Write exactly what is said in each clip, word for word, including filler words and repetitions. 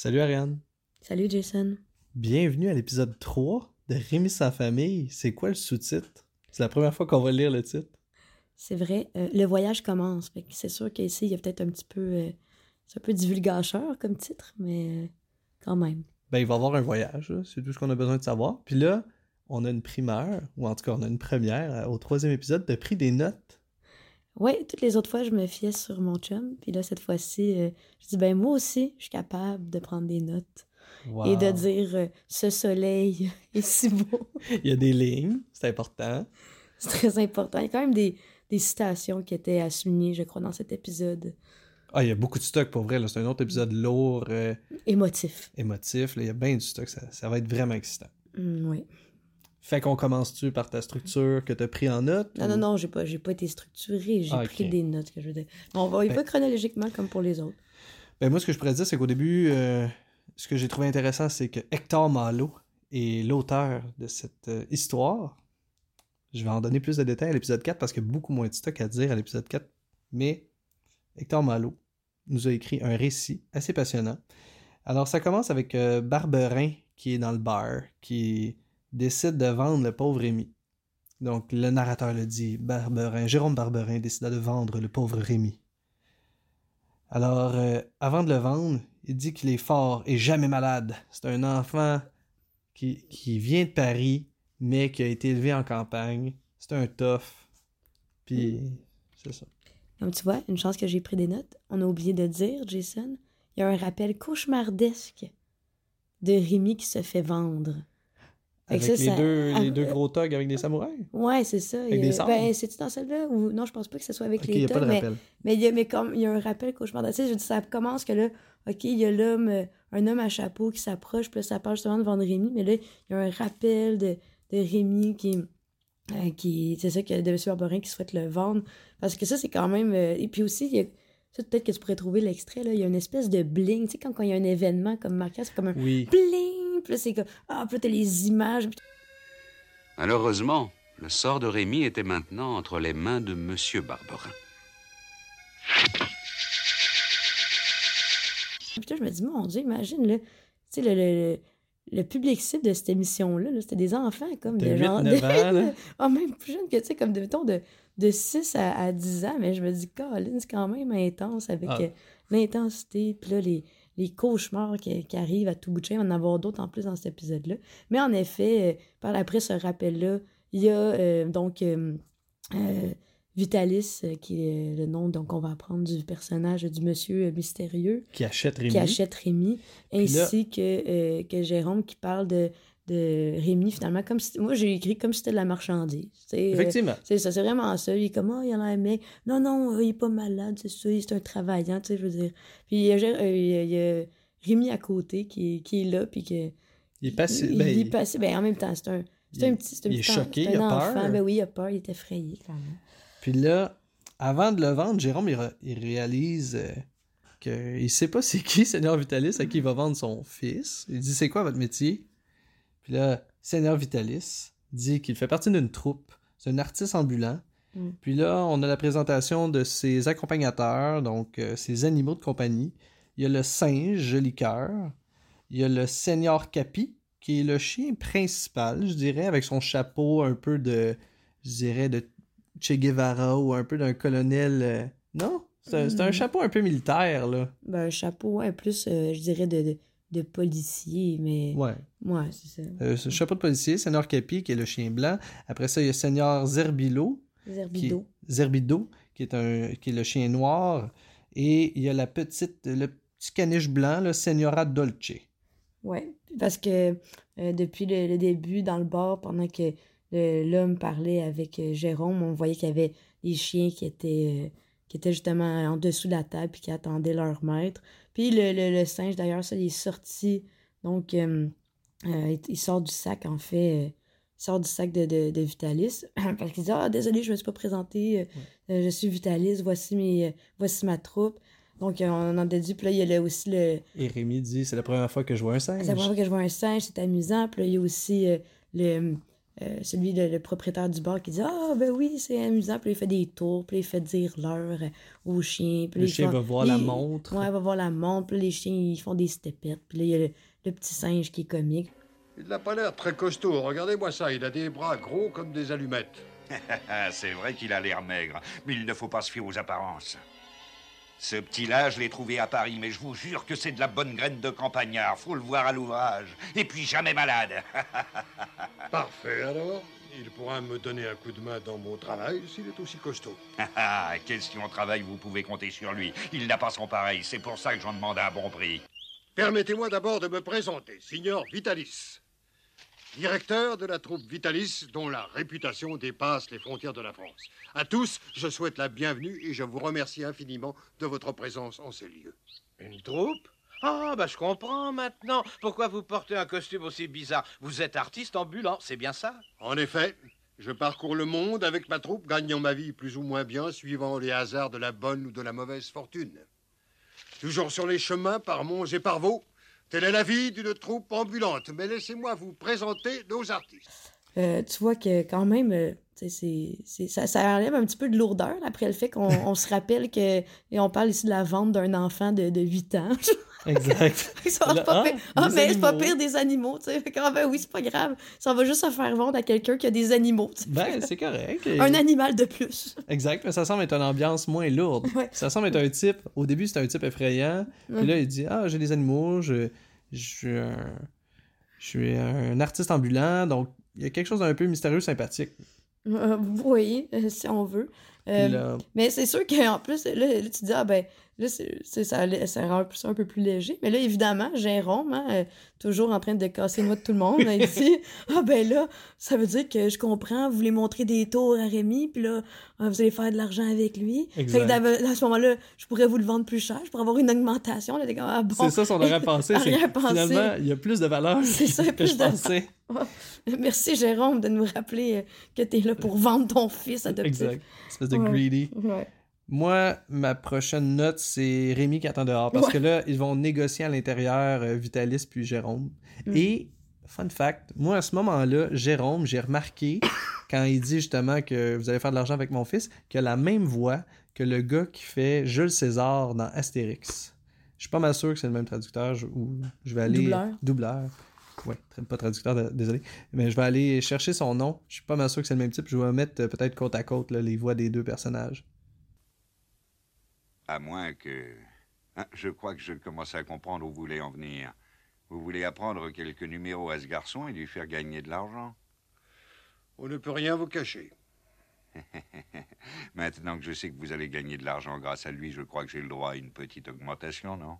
Salut Ariane. Salut Jason. Bienvenue à l'épisode trois de Rémi sans famille. C'est quoi le sous-titre? C'est la première fois qu'on va lire le titre. C'est vrai, euh, le voyage commence. Fait que c'est sûr qu'ici, il y a peut-être un petit peu... euh, c'est un peu divulgateur comme titre, mais euh, quand même. Ben, il va y avoir un voyage, là. C'est tout ce qu'on a besoin de savoir. Puis là, on a une primeur, ou en tout cas, on a une première euh, au troisième épisode. T'as pris des notes? Ouais, toutes les autres fois, je me fiais sur mon chum. Puis là, cette fois-ci, euh, je dis, ben moi aussi, je suis capable de prendre des notes. Wow. Et de dire, euh, ce soleil est si beau. Il y a des lignes, c'est important. C'est très important. Il y a quand même des, des citations qui étaient à souligner, je crois, dans cet épisode. Ah, il y a beaucoup de stock pour vrai, là. C'est un autre épisode lourd, euh, Émotif. émotif. Là. Il y a bien du stock, ça, ça va être vraiment excitant. Mm, oui. Fait qu'on commence-tu par ta structure que t'as pris en note? Non, ou... non, non, j'ai pas, j'ai pas été structurée. J'ai Ah, pris ok. des notes, que je veux dire. On va y Ben- va chronologiquement comme pour les autres. Ben moi, ce que je pourrais dire, c'est qu'au début, euh, ce que j'ai trouvé intéressant, c'est que Hector Malo est l'auteur de cette euh, histoire. Je vais en donner plus de détails à l'épisode quatre parce qu'il y a beaucoup moins de stock à dire à l'épisode quatre. Mais Hector Malo nous a écrit un récit assez passionnant. Alors, ça commence avec euh, Barberin qui est dans le bar, qui décide de vendre le pauvre Rémi. Donc, le narrateur le dit, Barberin, Jérôme Barberin décida de vendre le pauvre Rémi. Alors, euh, avant de le vendre, il dit qu'il est fort et jamais malade. C'est un enfant qui, qui vient de Paris, mais qui a été élevé en campagne. C'est un tough. Puis, c'est ça. Comme tu vois, une chance que j'ai pris des notes. On a oublié de dire, Jason, il y a un rappel cauchemardesque de Rémi qui se fait vendre. Fait Avec que ça, les, ça- deux, ah, les deux euh, gros thugs avec des samouraïs. Ouais, c'est ça. Avec Il y a- des sabres. Ben, c'est-tu dans celle-là? Ou... Non, je pense pas que ce soit avec Ok, les il n'y a pas thugs, de mais, rappel. mais, il y a, mais comme il y a un rappel cauchemardesque. Tu sais, je veux dire, ça commence que là, OK, il y a l'homme, euh, un homme à chapeau qui s'approche, puis là, ça parle justement de vendre Rémi, mais là, il y a un rappel de, de Rémi qui... euh, qui c'est ça, que, de M. Barberin qui souhaite le vendre. Parce que ça, c'est quand même... euh, et puis aussi, il y a... Ça, peut-être que tu pourrais trouver l'extrait, là. Il y a une espèce de bling. Tu sais, quand, quand il y a un événement comme marqué, c'est comme un Oui. bling. Puis là, c'est comme... Ah, puis là, t'as les images. Malheureusement, le sort de Rémi était maintenant entre les mains de Monsieur Barberin. Puis là, je me dis, mon Dieu, imagine, là, tu sais, le, le, le public cible de cette émission-là, là, c'était des enfants, comme De de huit genre... neuf de- ans, là. Ah, même plus jeune que, tu sais, comme, de, mettons, de, de six à, à dix ans, mais je me dis, Colin, c'est quand même intense avec Ah. euh, l'intensité, puis là, les, les cauchemars qui, qui arrivent à tout bout de champ. Il va en avoir d'autres en plus dans cet épisode-là. Mais en effet, euh, par après ce rappel-là, il y a, euh, donc... euh, euh, Vitalis, euh, qui est le nom donc on va apprendre du personnage du monsieur euh, mystérieux Qui achète Rémi. qui achète Rémi, Puis là- ainsi que, euh, que Jérôme qui parle de, de Rémi finalement comme si, moi j'ai écrit comme si c'était de la marchandise. C'est, euh, Effectivement. c'est ça, c'est vraiment ça. Il est comme, oh, il en a un mec. Non, non, euh, il est pas malade, c'est ça, c'est un travaillant, tu sais, je veux dire. Puis il y a, Gé- euh, il y a- il y a Rémi à côté qui, qui est là, puis que. Il est passé. Il, ben, il est il- passé, ben en même temps, c'est un. C'est il- un petit. C'est un il est petit en- choqué, c'est il un a enfant. peur. Ben oui, il a peur, il est effrayé, quand même. Puis là, avant de le vendre, Jérôme, il, re- il réalise euh, qu'il sait pas c'est qui Seigneur Vitalis à qui il va vendre son fils. Il dit, c'est quoi votre métier? Puis là, Seigneur Vitalis dit qu'il fait partie d'une troupe. C'est un artiste ambulant. Mm. Puis là, on a la présentation de ses accompagnateurs, donc euh, ses animaux de compagnie. Il y a le singe, Joli Cœur. Il y a le Seigneur Capi, qui est le chien principal, je dirais, avec son chapeau un peu de, je dirais, de Che Guevara ou un peu d'un colonel... euh, Non? C'est un, c'est un Mm. chapeau un peu militaire, là. Ben, un chapeau, ouais, plus, euh, je dirais, de, de, de policier, mais. Ouais. Ouais, c'est ça. Euh, ce chapeau de policier, Seigneur Capi, qui est le chien blanc. Après ça, il y a Seigneur Zerbilo, qui est, Zerbido. Zerbido, qui est, un, qui est le chien noir. Et il y a la petite, le petit caniche blanc, le Señora Dolce. Ouais, parce que euh, depuis le, le début, dans le bar, pendant que le- l'homme parlait avec euh, Jérôme, on voyait qu'il y avait des chiens qui étaient, euh, qui étaient justement en dessous de la table puis qui attendaient leur maître. Puis le, le, le singe, d'ailleurs, ça, il est sorti. Donc, euh, euh, il, il sort du sac, en fait. euh, il sort du sac de, de, de Vitalis. Parce qu'il dit, ah, désolé, je me suis pas présenté. euh, euh, je suis Vitalis, voici, mes, euh, voici ma troupe. Donc, euh, on en a dit, puis là, il y a le- aussi le. Et Rémi dit, c'est la première fois que je vois un singe. C'est la première fois que je vois un singe, c'est amusant. Puis là, il y a aussi euh, le, euh, celui, le, le propriétaire du bar, qui dit « Ah, ben oui, c'est amusant. » Puis là, il fait des tours, puis là, il fait dire l'heure euh, aux chiens. Puis Le là, chien font- va voir les- la montre. Ouais, il va voir la montre. Puis là, les chiens, ils font des stepettes. Puis là, il y a le, le petit singe qui est comique. Il n'a pas l'air très costaud. Regardez-moi ça, il a des bras gros comme des allumettes. C'est vrai qu'il a l'air maigre, mais il ne faut pas se fier aux apparences. Ce petit-là, je l'ai trouvé à Paris, mais je vous jure que c'est de la bonne graine de campagnard. Faut le voir à l'ouvrage. Et puis jamais malade. Parfait, alors. Il pourra me donner un coup de main dans mon travail s'il est aussi costaud. Ah, question travail, vous pouvez compter sur lui. Il n'a pas son pareil, c'est pour ça que j'en demande à un bon prix. Permettez-moi d'abord de me présenter, Signor Vitalis. Directeur de la troupe Vitalis, dont la réputation dépasse les frontières de la France. À tous, je souhaite la bienvenue et je vous remercie infiniment de votre présence en ces lieux. Une troupe? Ah, bah je comprends maintenant. Pourquoi vous portez un costume aussi bizarre? Vous êtes artiste ambulant, c'est bien ça? En effet, je parcours le monde avec ma troupe, gagnant ma vie plus ou moins bien, suivant les hasards de la bonne ou de la mauvaise fortune. Toujours sur les chemins, par monts et par vaux, telle est la vie d'une troupe ambulante. Mais laissez-moi vous présenter nos artistes. Euh, tu vois que quand même, euh, tu sais, c'est, c'est, ça, ça enlève un petit peu de lourdeur là, après le fait qu'on on se rappelle que et on parle ici de la vente d'un enfant de, de huit ans. Exact. Ça, Là, c'est pas ah, pire. Ah, des mais c'est pas animaux. pire des animaux, tu sais. Fait que, ah, ben oui, c'est pas grave. Ça va juste se faire vendre à quelqu'un qui a des animaux, tu sais. Ben, c'est correct. Et- Un animal de plus. Exact, mais ça semble être une ambiance moins lourde. Ouais. Ça semble être un type. Au début, c'était un type effrayant. Ouais. Puis là, il dit Ah, j'ai des animaux, je, je, suis un, je suis un artiste ambulant. Donc, il y a quelque chose d'un peu mystérieux, sympathique. Euh, oui, euh, si on veut. Euh, Puis là, Mais c'est sûr qu'en plus, là, là, tu te dis, ah ben, là, c'est, c'est- ça, ça rend ça un peu plus léger. Mais là, évidemment, Jérôme, hein, euh, toujours en train de casser les noix de tout le monde, il dit, ah ben là, ça veut dire que je comprends, vous voulez montrer des tours à Rémi, puis là, euh, vous allez faire de l'argent avec lui. Exact. Fait que d'ab- à ce moment-là, je pourrais vous le vendre plus cher, je pourrais avoir une augmentation. Là, t'es comme, ah bon. c'est ça son aurait pensé. C'est Arrière-pensée. finalement, il y a plus de valeur C'est ça, que plus je de- pensais. Merci, Jérôme, de nous rappeler euh, que t'es là pour vendre ton fils adoptif. Exact. Espèce de Ouais. greedy. Ouais. Moi, ma prochaine note, c'est Rémi qui attend dehors. Parce Ouais. que là, ils vont négocier à l'intérieur euh, Vitalis puis Jérôme. Mm. Et, fun fact, moi, à ce moment-là, Jérôme, j'ai remarqué, quand il dit justement que vous allez faire de l'argent avec mon fils, qu'il a la même voix que le gars qui fait Jules César dans Astérix. Je suis pas mal sûr que c'est le même traducteur, je- ou je vais aller... Doubleur. Doubleur. Ouais, tra- pas traducteur, d- désolé. Mais je vais aller chercher son nom. Je suis pas mal sûr que c'est le même type. Je vais mettre euh, peut-être côte à côte là, les voix des deux personnages. À moins que... Hein, je crois que je commence à comprendre où vous voulez en venir. Vous voulez apprendre quelques numéros à ce garçon et lui faire gagner de l'argent. On ne peut rien vous cacher. Maintenant que je sais que vous allez gagner de l'argent grâce à lui, je crois que j'ai le droit à une petite augmentation, non?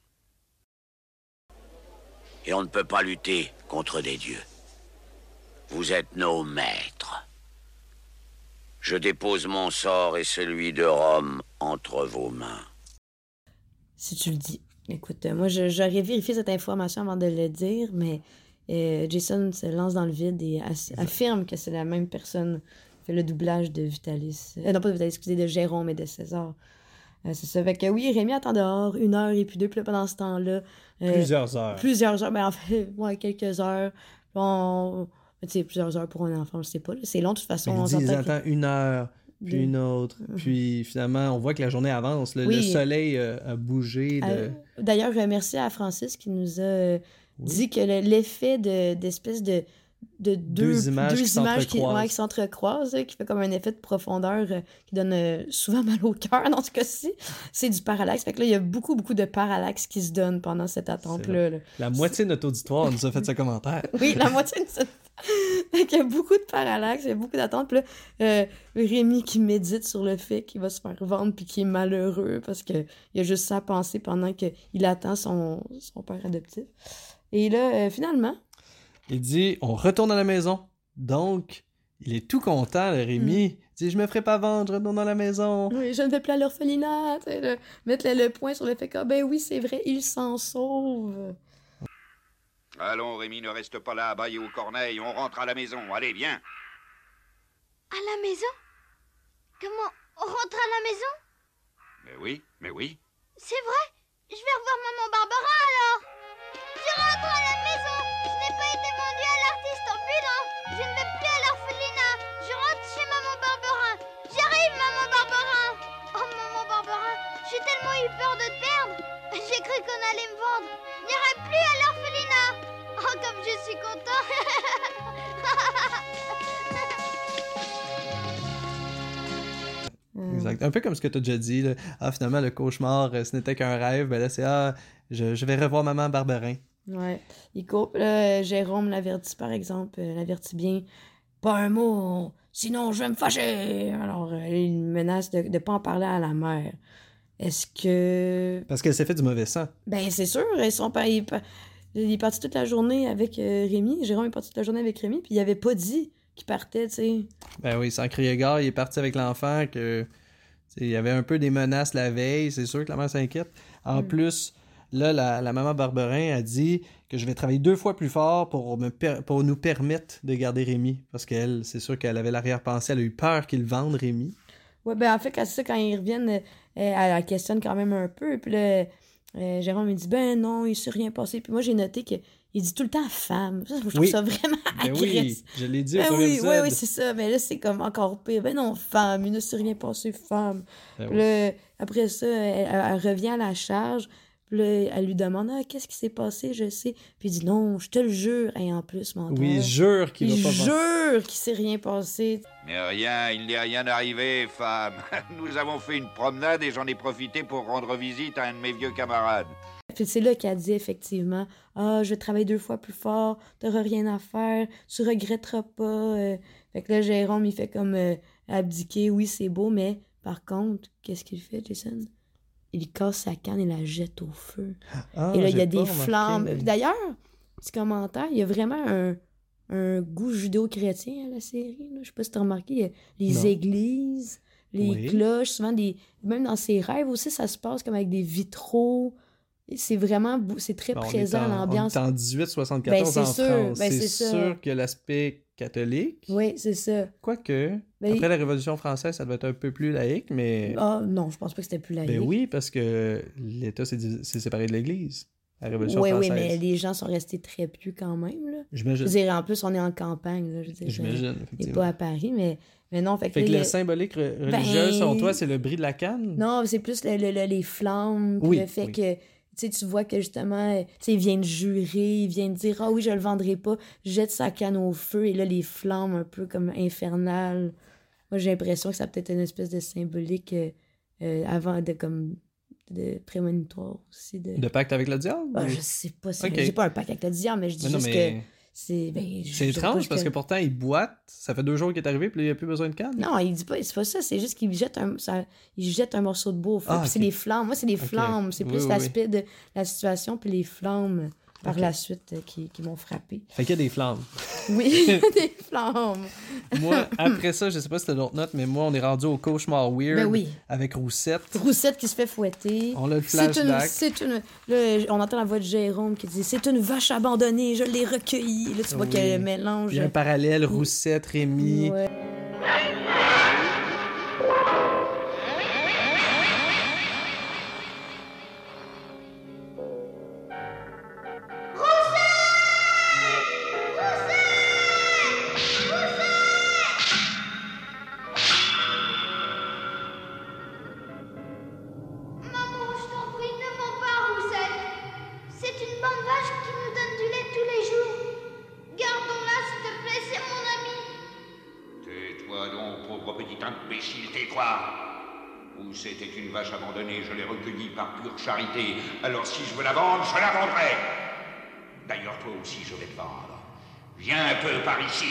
Et on ne peut pas lutter contre des dieux. Vous êtes nos maîtres. Je dépose mon sort et celui de Rome entre vos mains. Si tu le dis. Écoute, euh, moi, je- j'aurais vérifié cette information avant de le dire, mais euh, Jason se lance dans le vide et ass- affirme que c'est la même personne qui fait le doublage de Vitalis. Euh, non, pas de Vitalis, excusez, de Jérôme et de César. Euh, c'est ça. Fait que oui, Rémi attend dehors, une heure et puis deux, puis là, pendant ce temps-là... euh, Plusieurs heures. Plusieurs heures, ben en fait, ouais, quelques heures. Puis on... Tu sais, plusieurs heures pour un enfant, je sais pas. là. C'est long, de toute façon. Mais on il dit, ils s'entend que- attendent une heure, puis De- une autre. Puis finalement, on voit que la journée avance. Le, Oui. le soleil euh, a bougé. De... Euh, D'ailleurs, euh, merci à Francis qui nous a euh, Oui. dit que le- l'effet de, d'espèce de, de deux, Deux images qui images qui, s'entrecroisent. ouais, qui s'entrecroisent, là, qui fait comme un effet de profondeur euh, qui donne euh, souvent mal au cœur dans ce cas-ci. C'est du parallaxe. Fait que là, il y a beaucoup, beaucoup de parallaxe qui se donnent pendant cette attente-là. là. La moitié de notre auditoire nous a fait ce commentaire. Oui, la moitié de ça. Fait qu'il y a beaucoup de parallaxe, il y a beaucoup d'attentes. Puis là, euh, Rémi qui médite sur le fait qu'il va se faire vendre puis qu'il est malheureux parce qu'il a juste ça à penser pendant qu'il attend son, son père adoptif. Et là, euh, finalement, Il dit on retourne à la maison. Donc, il est tout content, le Rémi. Mm. Il dit je me ferai pas vendre, je retourne à la maison. oui, je ne vais plus à l'orphelinat. tu sais, là, mettre le, le point sur le fait que, ah, ben oui, c'est vrai, il s'en sauve. Allons, Rémi, ne reste pas là à bailler aux corneilles. On rentre à la maison. Allez, viens. À la maison? Comment? On rentre à la maison? Mais oui, mais oui. C'est vrai? Je vais revoir maman Barbara alors! Je rentre à la maison! Je n'ai pas été vendue à l'artiste ambulant! Je ne vais plus eu peur de te perdre. J'ai cru qu'on allait me vendre. Je n'irai plus à l'orphelinat. Oh, comme je suis content. Exact. Un peu comme ce que tu as déjà dit. Là. Ah, finalement, le cauchemar, euh, ce n'était qu'un rêve. Ben là, c'est ah, je, je vais revoir maman Barberin. Ouais. Il coupe. Là, Jérôme l'avertit, par exemple, euh, l'avertit bien. Pas un mot, sinon je vais me fâcher. Alors, euh, il menace de ne pas en parler à la mère. Est-ce que. Parce qu'elle s'est fait du mauvais sang. Ben, c'est sûr. Ils sont pas. Il, il est parti toute la journée avec euh, Rémi. Jérôme est parti toute la journée avec Rémi, puis il avait pas dit qu'il partait, tu sais. Ben oui, sans crier gare, il est parti avec l'enfant, que il y avait un peu des menaces la veille, c'est sûr que la mère s'inquiète. En mm. plus, là, la, la maman Barberin a dit que je vais travailler deux fois plus fort pour, me per- pour nous permettre de garder Rémi. Parce qu'elle, c'est sûr qu'elle avait l'arrière-pensée, elle a eu peur qu'il vende Rémi. Ouais, ben en fait, quand c'est ça, quand ils reviennent, euh, elle, elle questionne quand même un peu. Puis là, euh, Jérôme me dit, ben non, il s'est rien passé. Puis moi, j'ai noté qu'il dit tout le temps femme. Ça, je trouve oui. ça vraiment ben agressif. Oui, je l'ai dit au ben premier oui, épisode. oui, oui, c'est ça. Mais là, c'est comme encore pire. Ben non, femme, il ne s'est rien passé, femme. Ben puis là, oui. Après ça, elle, elle revient à la charge. Puis là, elle lui demande, ah, qu'est-ce qui s'est passé, je sais. Puis il dit, non, je te le jure. Et en plus, menteur. Oui, jure qu'il il va pas jure qu'il s'est rien passé. Mais rien, il n'est rien arrivé, femme. Nous avons fait une promenade et j'en ai profité pour rendre visite à un de mes vieux camarades. Puis c'est là qu'elle dit effectivement, ah, je vais travailler deux fois plus fort, t'auras rien à faire, tu regretteras pas. Euh... Fait que là, Jérôme, il fait comme euh, abdiquer, oui, c'est beau, mais par contre, qu'est-ce qu'il fait, Jason? Il casse sa canne et la jette au feu. Ah, et là, il y a des flammes. Remarqué. D'ailleurs, petit commentaire, il y a vraiment un, un goût judéo-chrétien à la série. Là. Je sais pas si tu as remarqué, il y a les non. églises, les oui. cloches, souvent des. Même dans ses rêves aussi, ça se passe comme avec des vitraux. C'est vraiment, c'est très ben, présent, en, l'ambiance. On est en dix-huit soixante-quatorze ben, en sûr, France. Ben, c'est, c'est sûr que l'aspect catholique... Oui, c'est ça. Quoique, ben, après la Révolution française, ça devait être un peu plus laïque, mais... Ah non, je pense pas que c'était plus laïque. Ben oui, parce que l'État s'est, s'est séparé de l'Église, la Révolution oui, française. Oui, mais les gens sont restés très pieux quand même, là. J'imagine. Je veux dire, en plus, on est en campagne, là. Je veux dire, J'imagine, effectivement. Et pas à Paris, mais... Mais non, fait, fait que, que là, le symbolique re- religieux, ben... selon toi, c'est le bris de la canne? Non, c'est plus le, le, le, les flammes, oui, le fait oui. que... Tu sais, tu vois que justement, tu sais, il vient de jurer, il vient de dire « Ah oui, je le vendrai pas », jette sa canne au feu, et là, les flammes un peu comme infernales. Moi, j'ai l'impression que ça a peut-être une espèce de symbolique euh, euh, avant de comme de prémonitoire aussi. De, de pacte avec le diable? Ah, je sais pas, si okay. j'ai pas un pacte avec le diable, mais je dis mais non, juste mais... que c'est... Ben, c'est étrange parce que... que pourtant, il boite, ça fait deux jours qu'il est arrivé, puis là, il n'y a plus besoin de canne. Non, il dit pas, c'est pas ça, c'est juste qu'il jette un, ça, il jette un morceau de bois au feu, ah, puis okay. c'est les flammes. Moi, c'est les flammes, okay. c'est plus oui, l'aspect oui. de la situation, puis les flammes par okay. la suite euh, qui, qui m'ont frappé. Fait qu'il y a des flammes. Oui, des flammes. Moi, après ça, je sais pas si c'était d'autres notes, mais moi, on est rendu au cauchemar weird ben oui. avec Roussette. Roussette qui se fait fouetter. On a le flashback. C'est une, c'est une, là, on entend la voix de Jérôme qui dit « C'est une vache abandonnée, je l'ai recueillie. » Là, tu vois oui. qu'il y a le mélange. Il y a un parallèle, Roussette, Rémi. Ouais. C'était une vache abandonnée, je l'ai recueillie par pure charité. Alors si je veux la vendre, je la vendrai. D'ailleurs, toi aussi, je vais te vendre. Viens un peu par ici.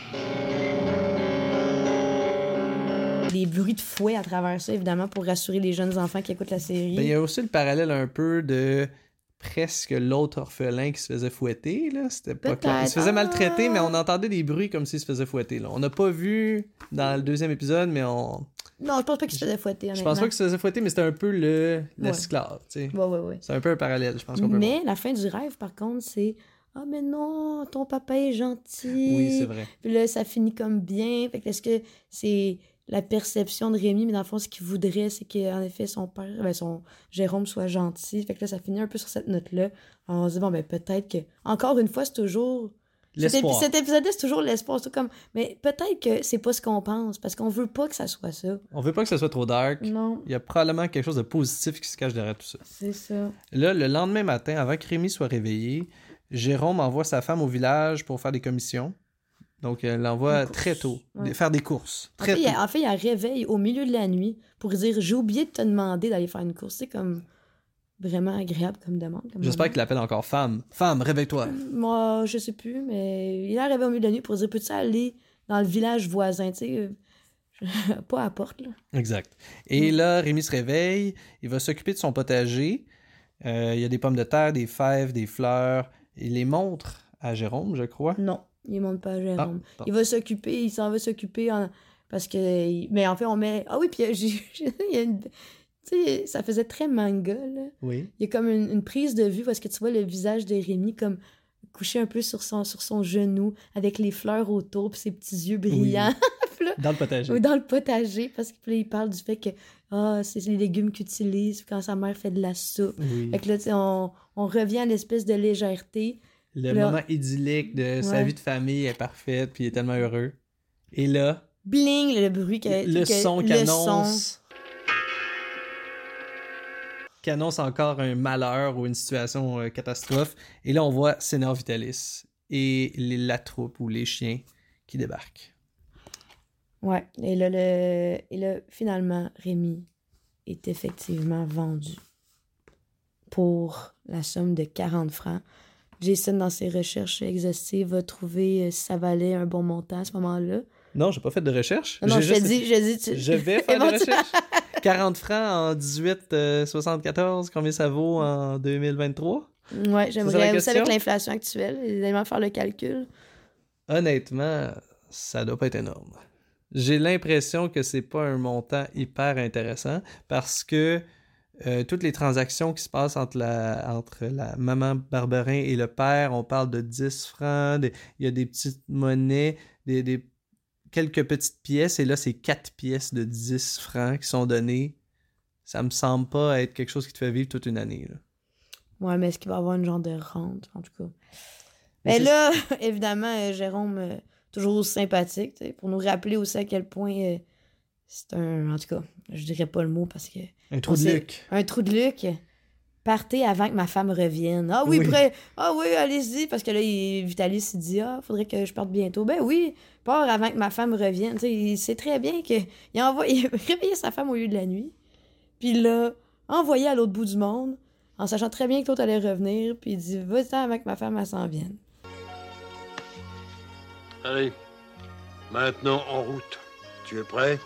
Des bruits de fouet à travers ça, évidemment, pour rassurer les jeunes enfants qui écoutent la série. Ben, il y a aussi le parallèle un peu de presque l'autre orphelin qui se faisait fouetter, là. C'était pas clair. Il se faisait maltraiter, mais on entendait des bruits comme s'il se faisait fouetter, là. On n'a pas vu dans le deuxième épisode, mais on... Non, je pense pas qu'il se faisait fouetter, honnêtement. Je pense pas qu'il se faisait fouetter, mais c'était un peu le l'esclave, tu sais. Ouais, ouais, ouais. C'est un peu un parallèle, je pense qu'on peut Mais voir. La fin du rêve, par contre, c'est « Ah, mais non, ton papa est gentil. » Oui, c'est vrai. Puis là, ça finit comme bien. Fait que est-ce que c'est la perception de Rémi, mais dans le fond, ce qu'il voudrait, c'est qu'en effet, son père, ben, son Jérôme soit gentil. Fait que là, ça finit un peu sur cette note-là. Alors, on se dit, bon, ben peut-être que... Encore une fois, c'est toujours L'espoir. Cet, cet épisode-là, c'est toujours l'espoir. C'est comme... Mais peut-être que c'est pas ce qu'on pense, parce qu'on veut pas que ça soit ça. On veut pas que ça soit trop dark. Non. Il y a probablement quelque chose de positif qui se cache derrière tout ça. C'est ça. Là, le lendemain matin, avant que Rémi soit réveillé, Jérôme envoie sa femme au village pour faire des commissions. Donc, elle l'envoie très tôt. Ouais. Faire des courses. En Très fait, tôt. il y a, en fait, il y a un réveil au milieu de la nuit pour dire « J'ai oublié de te demander d'aller faire une course. » C'est comme vraiment agréable comme demande. Comme J'espère qu'il l'appelle encore femme. Femme, réveille-toi. Moi, je sais plus, mais il est arrivé au milieu de la nuit pour dire « Peux-tu aller dans le village voisin? » Tu sais, euh, pas à la porte, là. Exact. Et là, Rémi se réveille. Il va s'occuper de son potager. Euh, il y a des pommes de terre, des fèves, des fleurs. Il les montre à Jérôme, je crois. Non, il monte pas à Jérôme. Ah, il va s'occuper, il s'en va s'occuper en... parce que... Mais en fait, on met... Ah oui, puis j'ai... il y a une... Tu sais, ça faisait très manga, là. Oui. Il y a comme une, une prise de vue parce que tu vois le visage de Rémi comme couché un peu sur son, sur son genou avec les fleurs autour puis ses petits yeux brillants. Oui. Dans le potager. Ou dans le potager parce qu'il il parle du fait que ah, c'est les légumes qu'il utilise quand sa mère fait de la soupe. Oui. Fait que là, tu sais, on, on revient à l'espèce de légèreté. Le là, moment idyllique de ouais. sa vie de famille est parfaite, puis il est tellement heureux. Et là... Bling, le bruit que... Le que, son le qu'annonce... son. qui annonce encore un malheur ou une situation euh, catastrophe. Et là, on voit Sénor Vitalis et les, la troupe ou les chiens qui débarquent. Ouais, et là, le... et là, finalement, Rémi est effectivement vendu pour la somme de quarante francs. Jason, dans ses recherches exhaustives, va trouver si ça valait un bon montant à ce moment-là. Non, j'ai pas fait de recherche. Non, j'ai je te dis, je dis... Tu... Je vais faire des recherches. quarante francs en dix-huit soixante-quatorze, combien ça vaut en deux mille vingt-trois? Ouais, j'aimerais aussi avec l'inflation actuelle, évidemment, faire le calcul. Honnêtement, ça doit pas être énorme. J'ai l'impression que c'est pas un montant hyper intéressant parce que euh, toutes les transactions qui se passent entre la, entre la maman Barberin et le père, on parle de dix francs, il y a des petites monnaies, des, des quelques petites pièces, et là, c'est quatre pièces de dix francs qui sont données. Ça me semble pas être quelque chose qui te fait vivre toute une année, là. Ouais, mais est-ce qu'il va y avoir une genre de rente, en tout cas? Mais, mais là, évidemment, Jérôme, euh, toujours sympathique, pour nous rappeler aussi à quel point euh, c'est un... En tout cas, je dirais pas le mot parce que... Un trou de Luc. Un trou de Luc. Partez avant que ma femme revienne. Ah oui, oui. Prêt. Ah oui, allez-y. Parce que là, il, Vitalis, il dit, ah, faudrait que je parte bientôt. Ben oui, pars avant que ma femme revienne. Tu sais, il sait très bien qu'il envoie, il réveillait sa femme au lieu de la nuit. Puis il l'a envoyé à l'autre bout du monde, en sachant très bien que l'autre allait revenir. Puis il dit, va-t'en avant que ma femme, elle s'en vienne. Allez, maintenant en route. Tu es prêt?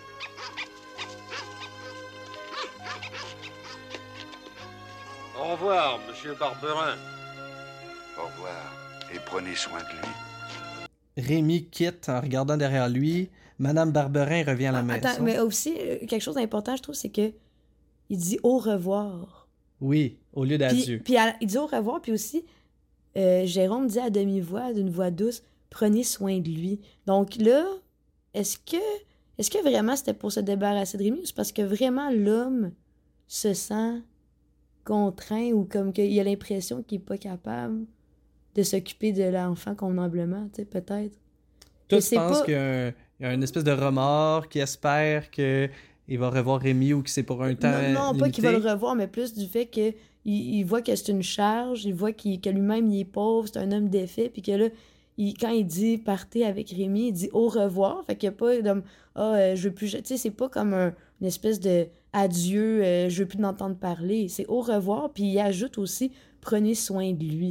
Au revoir, monsieur Barberin. Au revoir, et prenez soin de lui. Rémi quitte en regardant derrière lui. Madame Barberin revient à la ah, maison. Attends, mais aussi, quelque chose d'important, je trouve, c'est que il dit au revoir. Oui, au lieu d'adieu. Puis, puis à, il dit au revoir, puis aussi, euh, Jérôme dit à demi-voix, d'une voix douce, prenez soin de lui. Donc là, est-ce que, est-ce que vraiment c'était pour se débarrasser de Rémi ou c'est parce que vraiment l'homme se sent contraint ou comme qu'il a l'impression qu'il n'est pas capable de s'occuper de l'enfant convenablement, tu sais, peut-être. Toi, tu penses pas... qu'il y a, un, il y a une espèce de remords, qui espère qu'il va revoir Rémi ou que c'est pour un temps Non, non limité. Pas qu'il va le revoir, mais plus du fait qu'il il voit que c'est une charge, il voit qu'il, que lui-même, il est pauvre, c'est un homme défait, puis que là, il, quand il dit « partez avec Rémi », il dit « au revoir », fait qu'il n'y a pas de « ah, euh, je veux plus... » Tu sais, c'est pas comme un, une espèce de « adieu, euh, je veux plus l'entendre parler », c'est « au revoir », puis il ajoute aussi « prenez soin de lui ».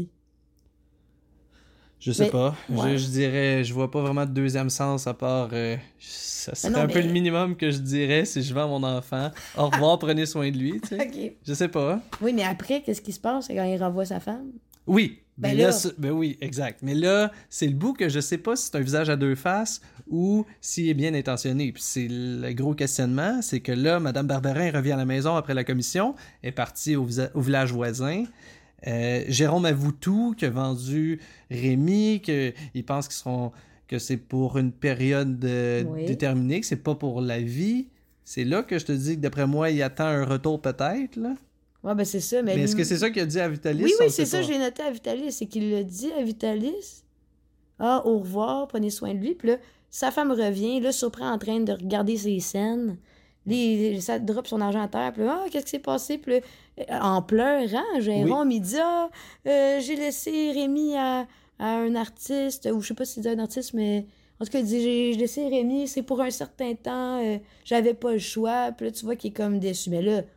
Je sais mais, pas. Ouais. Je, je dirais, je vois pas vraiment de deuxième sens à part. Euh, ça serait non, un mais... peu le minimum que je dirais si je vends mon enfant. Au revoir, prenez soin de lui. Tu sais. Okay. Je sais pas. Oui, mais après, qu'est-ce qui se passe quand il renvoie sa femme? Oui. Ben, ben, là, là... ben oui, exact. Mais là, c'est le bout que je sais pas si c'est un visage à deux faces ou s'il est bien intentionné. Puis c'est le gros questionnement, c'est que là, Mme Barberin revient à la maison après la commission, est partie au, visa- au village voisin. Euh, Jérôme avoue tout, qu'il a vendu Rémi, qu'il pense qu'ils seront, que c'est pour une période euh, oui. déterminée, que c'est pas pour la vie. C'est là que je te dis que d'après moi, il attend un retour peut-être, là. Ouais, ben c'est ça. Mais, mais est-ce lui... que c'est ça qu'il a dit à Vitalis? Oui, oui, c'est ça, j'ai noté à Vitalis. C'est qu'il l'a dit à Vitalis. ah, au revoir, prenez soin de lui. Puis là, sa femme revient, là, surprend en train de regarder ses scènes. Là, ça drop son argent à terre. Puis là, ah, qu'est-ce qui s'est passé? Puis là, en pleurant, Jérôme, oui. il dit, ah, euh, j'ai laissé Rémi à, à un artiste, ou je sais pas s'il dit un artiste, mais en tout cas, il dit, j'ai laissé Rémi, c'est pour un certain temps, euh, j'avais pas le choix. Puis là, tu vois qu'il est comme déçu. Mais là...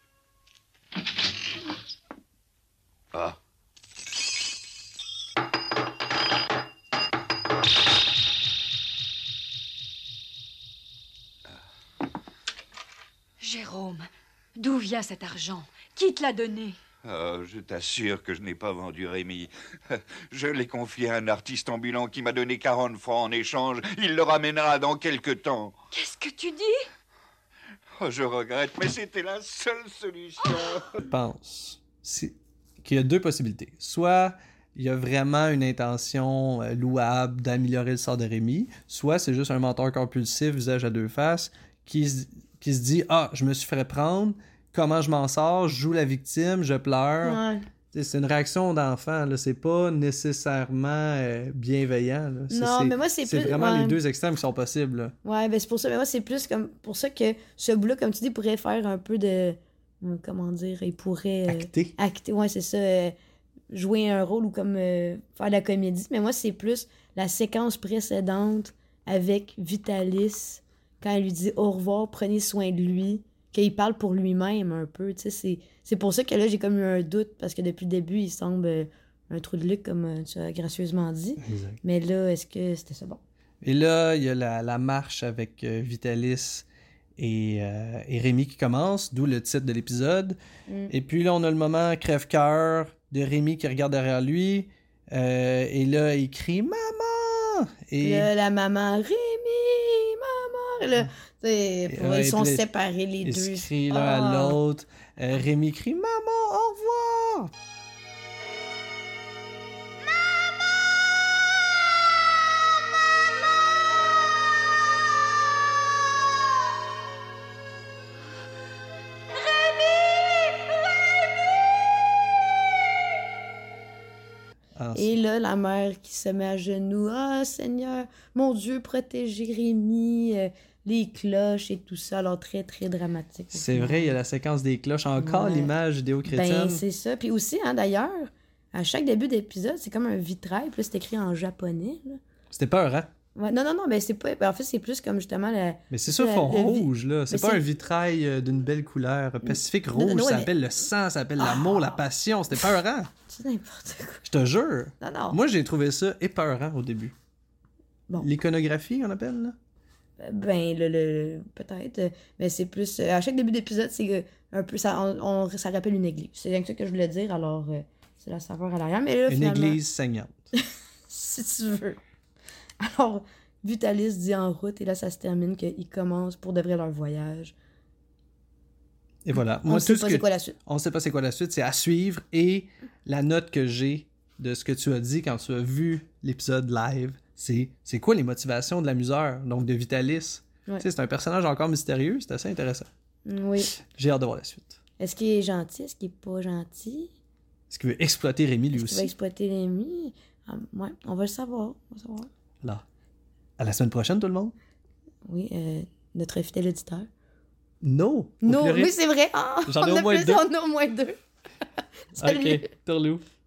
Ah. Jérôme, d'où vient cet argent? Qui te l'a donné? Oh, je t'assure que je n'ai pas vendu Rémi. Je l'ai confié à un artiste ambulant qui m'a donné quarante francs en échange. Il le ramènera dans quelque temps. Qu'est-ce que tu dis? Oh, je regrette, mais c'était la seule solution. Je pense qu'il y a deux possibilités. Soit il y a vraiment une intention louable d'améliorer le sort de Rémi, soit c'est juste un menteur compulsif, visage à deux faces, qui se, qui se dit « Ah, je me suis fait prendre, comment je m'en sors? Je joue la victime, je pleure. Ouais. » C'est une réaction d'enfant, là. C'est pas nécessairement euh, bienveillant. Là. C'est, non, c'est, mais moi, c'est, c'est plus... vraiment ouais. les deux extrêmes qui sont possibles. Là. Ouais, ben c'est pour ça. Mais moi, c'est plus comme pour ça que ce bout-là, comme tu dis, pourrait faire un peu de... Comment dire? Il pourrait... Euh, acter. Acter, ouais, c'est ça. Euh, jouer un rôle ou comme euh, faire de la comédie. Mais moi, c'est plus la séquence précédente avec Vitalis, quand elle lui dit « Au revoir, prenez soin de lui », qu'il parle pour lui-même un peu. Tu sais, c'est... C'est pour ça que là, j'ai comme eu un doute, parce que depuis le début, il semble euh, un trou de luc, comme euh, tu as gracieusement dit. Exact. Mais là, est-ce que c'était ça bon? Et là, il y a la, la marche avec euh, Vitalis et, euh, et Rémi qui commence, d'où le titre de l'épisode. Mm. Et puis là, on a le moment crève-cœur de Rémi qui regarde derrière lui. Euh, et là, il crie « Maman! » Et là, la maman « Rémi! Maman! » Là, et, pour, ouais, ils sont séparés, les ils deux. Ils se crient l'un ah. à l'autre. Euh, Rémi crie « Maman, au revoir! » Et là, la mère qui se met à genoux. « Ah, Seigneur, mon Dieu, protégez Rémi! Euh, » Les cloches et tout ça, alors très, très dramatique. C'est vrai, il y a la séquence des cloches. Encore ouais. l'image judéo-chrétienne. Ben, c'est ça. Puis aussi, hein, d'ailleurs, à chaque début d'épisode, c'est comme un vitrail. Puis là, c'est écrit en japonais. Là. C'était peur, hein? Ouais, non, non, non, mais c'est pas... Ben, en fait, c'est plus comme justement la... Mais c'est ça, le fond rouge, là. C'est mais pas c'est... un vitrail euh, d'une belle couleur. Pacifique rouge, non, non, ça mais... s'appelle le sang, ça s'appelle oh. l'amour, la passion. C'était peurant. C'est n'importe quoi. Je te jure. Non, non. Moi, j'ai trouvé ça épeurant au début. Bon. L'iconographie, on appelle, là? Ben, le, le, peut-être. Mais c'est plus... À chaque début d'épisode, c'est un peu... Ça, on, on, ça rappelle une église. C'est rien que ça que je voulais dire, alors euh, c'est la saveur à l'arrière. Mais là, une finalement... église saignante. Si tu veux. Alors, Vitalis dit en route, et là, ça se termine qu'ils commencent pour de vrai leur voyage. Et voilà. On Moi, ne sait tout pas ce c'est que... quoi la suite. On ne sait pas c'est quoi la suite, c'est à suivre. Et la note que j'ai de ce que tu as dit quand tu as vu l'épisode live, c'est c'est quoi les motivations de l'amuseur, donc de Vitalis. Ouais. Tu sais, c'est un personnage encore mystérieux, c'est assez intéressant. Oui. J'ai hâte de voir la suite. Est-ce qu'il est gentil? Est-ce qu'il est pas gentil? Est-ce qu'il veut exploiter Rémi lui Est-ce aussi? Est-ce qu'il va exploiter Rémi? Ah, ouais, on va le savoir. On va savoir. Là. À la semaine prochaine, tout le monde? Oui, euh, notre fidèle auditeur. No! No, oui, c'est vrai. Oh, J'en ai on au moins plus, deux. On a au moins deux. Salut. OK, tourlou.